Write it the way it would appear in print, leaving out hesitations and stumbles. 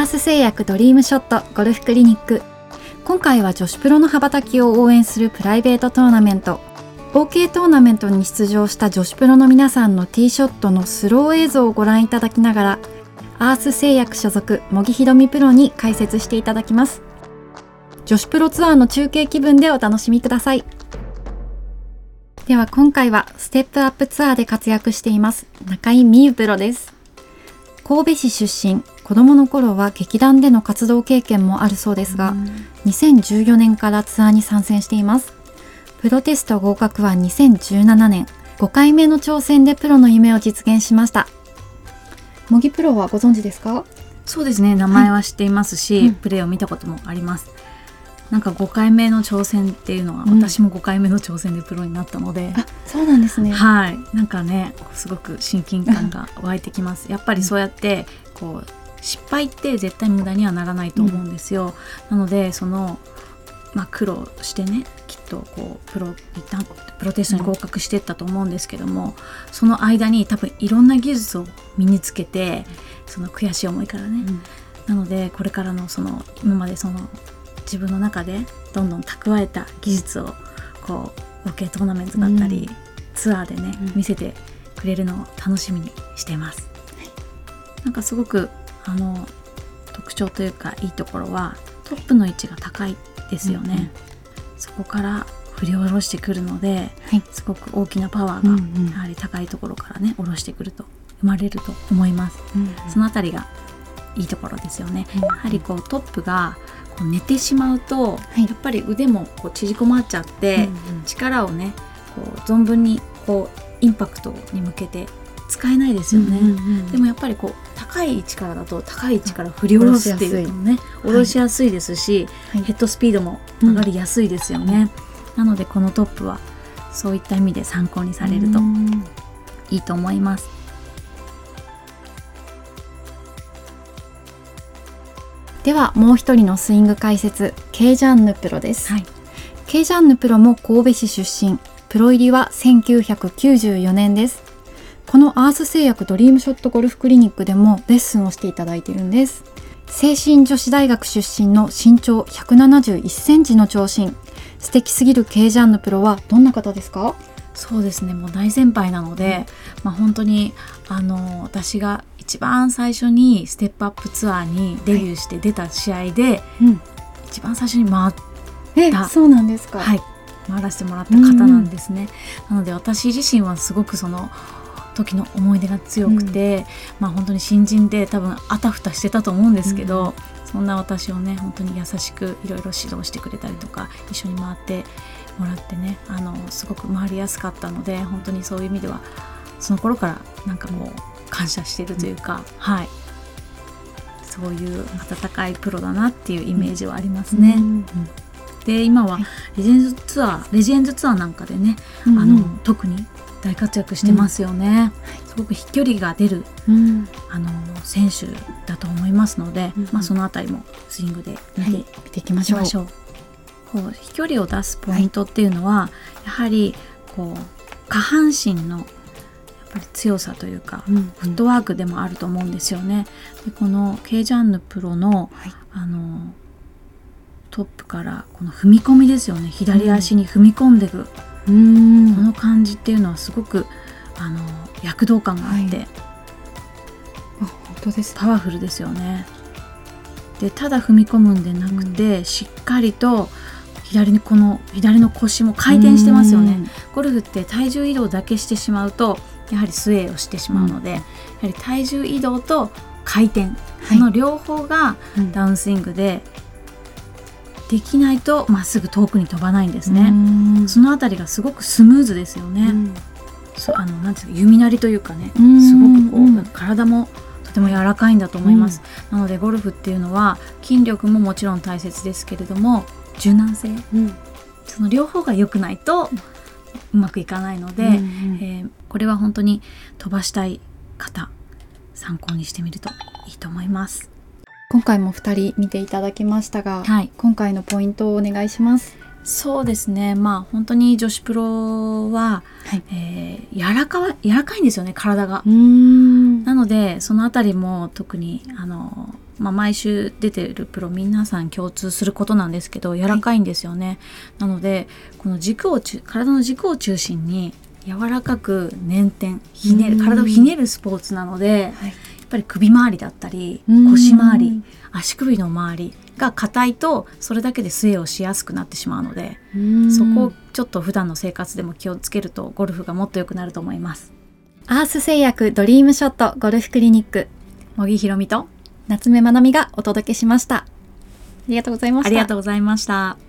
ース製薬ドリームショットゴルフクリニック。今回は女子プロの羽ばたきを応援するプライベートトーナメント、OK トーナメントに出場した女子プロの皆さんのティーショットのスロー映像をご覧いただきながら、アース製薬所属茂木ひろみプロに解説していただきます。女子プロツアーの中継気分でお楽しみください。では今回はステップアップツアーで活躍しています中井美優プロです。神戸市出身、子供の頃は劇団での活動経験もあるそうですが、2014年からツアーに参戦しています。プロテスト合格は2017年、5回目の挑戦でプロの夢を実現しました。茂木プロはご存知ですか？ そうですね、名前は知っていますし、プレーを見たこともあります。なんか5回目の挑戦っていうのは、私も5回目の挑戦でプロになったので、 そうなんですね。 はい、なんかね、すごく親近感が湧いてきます。やっぱりそうやってこう失敗って絶対無駄にはならないと思うんですよ。なので苦労してね、きっとこうプロテストに合格していったと思うんですけども、その間に多分いろんな技術を身につけて、その悔しい思いからね、なのでこれからの今まで自分の中でどんどん蓄えた技術をこう OK トーナメントだったり、ツアーでね、見せてくれるのを楽しみにしています。なんかすごく特徴というかいいところはトップの位置が高いですよね。そこから振り下ろしてくるので、すごく大きなパワーがやはり高いところからね、下ろしてくると生まれると思います。そのあたりがいいところですよね。やはりこうトップが寝てしまうと、やっぱり腕もこう縮こまっちゃって、力をねこう存分にこうインパクトに向けて使えないですよね。でもやっぱりこう高い位置からだと高い位置から振り下ろすっていうのもね、下ろしやすいですし、ヘッドスピードも上がりやすいですよね。なのでこのトップはそういった意味で参考にされるといいと思います。 ではもう一人のスイング解説、ケイジャンヌプロです。ケイジャンヌプロも神戸市出身、プロ入りは1994年です。このアース製薬ドリームショットゴルフクリニックでもレッスンをしていただいているんです。聖心女子大学出身の身長171センチの長身、素敵すぎるケイジャンヌプロはどんな方ですか？ そうですね、もう大先輩なので、本当に私が一番最初にステップアップツアーにデビューして出た試合で、一番最初に回った、 そうなんですか？ 回らせてもらった方なんですね。なので私自身はすごくその時の思い出が強くて、本当に新人で多分あたふたしてたと思うんですけど、そんな私をね本当に優しくいろいろ指導してくれたりとか、一緒に回ってもらってね、すごく回りやすかったので、本当にそういう意味ではその頃からなんかもう感謝してるというか、そういう温かいプロだなっていうイメージはありますね。で今はレジェンドツアーなんかでね、特に大活躍してますよね。すごく飛距離が出る、選手だと思いますので、そのあたりもスイングで見ていきましょう。こう飛距離を出すポイントっていうのは、やはりこう下半身のやっぱり強さというか、フットワークでもあると思うんですよね。でこのケイジャンヌプロの、トップからこの踏み込みですよね。左足に踏み込んでいく、この感じっていうのはすごく躍動感があって、 本当です、 パワフルですよね。でただ踏み込むんでなくて、しっかりと左の腰も回転してますよね。ゴルフって体重移動だけしてしまうとやはりスウェーをしてしまうので、やはり体重移動と回転、その両方がダウンスイングでできないとまっすぐ遠くに飛ばないんですね。そのあたりがすごくスムーズですよね。なんていうか弓なりというかね、すごくこう、体もとても柔らかいんだと思います。なのでゴルフっていうのは筋力ももちろん大切ですけれども、柔軟性、その両方が良くないとうまくいかないので、これは本当に飛ばしたい方参考にしてみるといいと思います。 今回も2人見ていただきましたが、今回のポイントをお願いします。 そうですね、本当に女子プロは、柔らかいんですよね、体が。なのでそのあたりも特に毎週出てるプロ皆さん共通することなんですけど、柔らかいんですよね。なのでこの体の軸を中心に柔らかく捻転ひねる、体をひねるスポーツなので、やっぱり首周りだったり腰周り、足首の周りが硬いとそれだけでスウェーをしやすくなってしまうので、そこをちょっと普段の生活でも気をつけるとゴルフがもっと良くなると思います。 アース製薬ドリームショットゴルフクリニック、 茂木ひろみと夏目まなみがお届けしました。ありがとうございました。 ありがとうございました。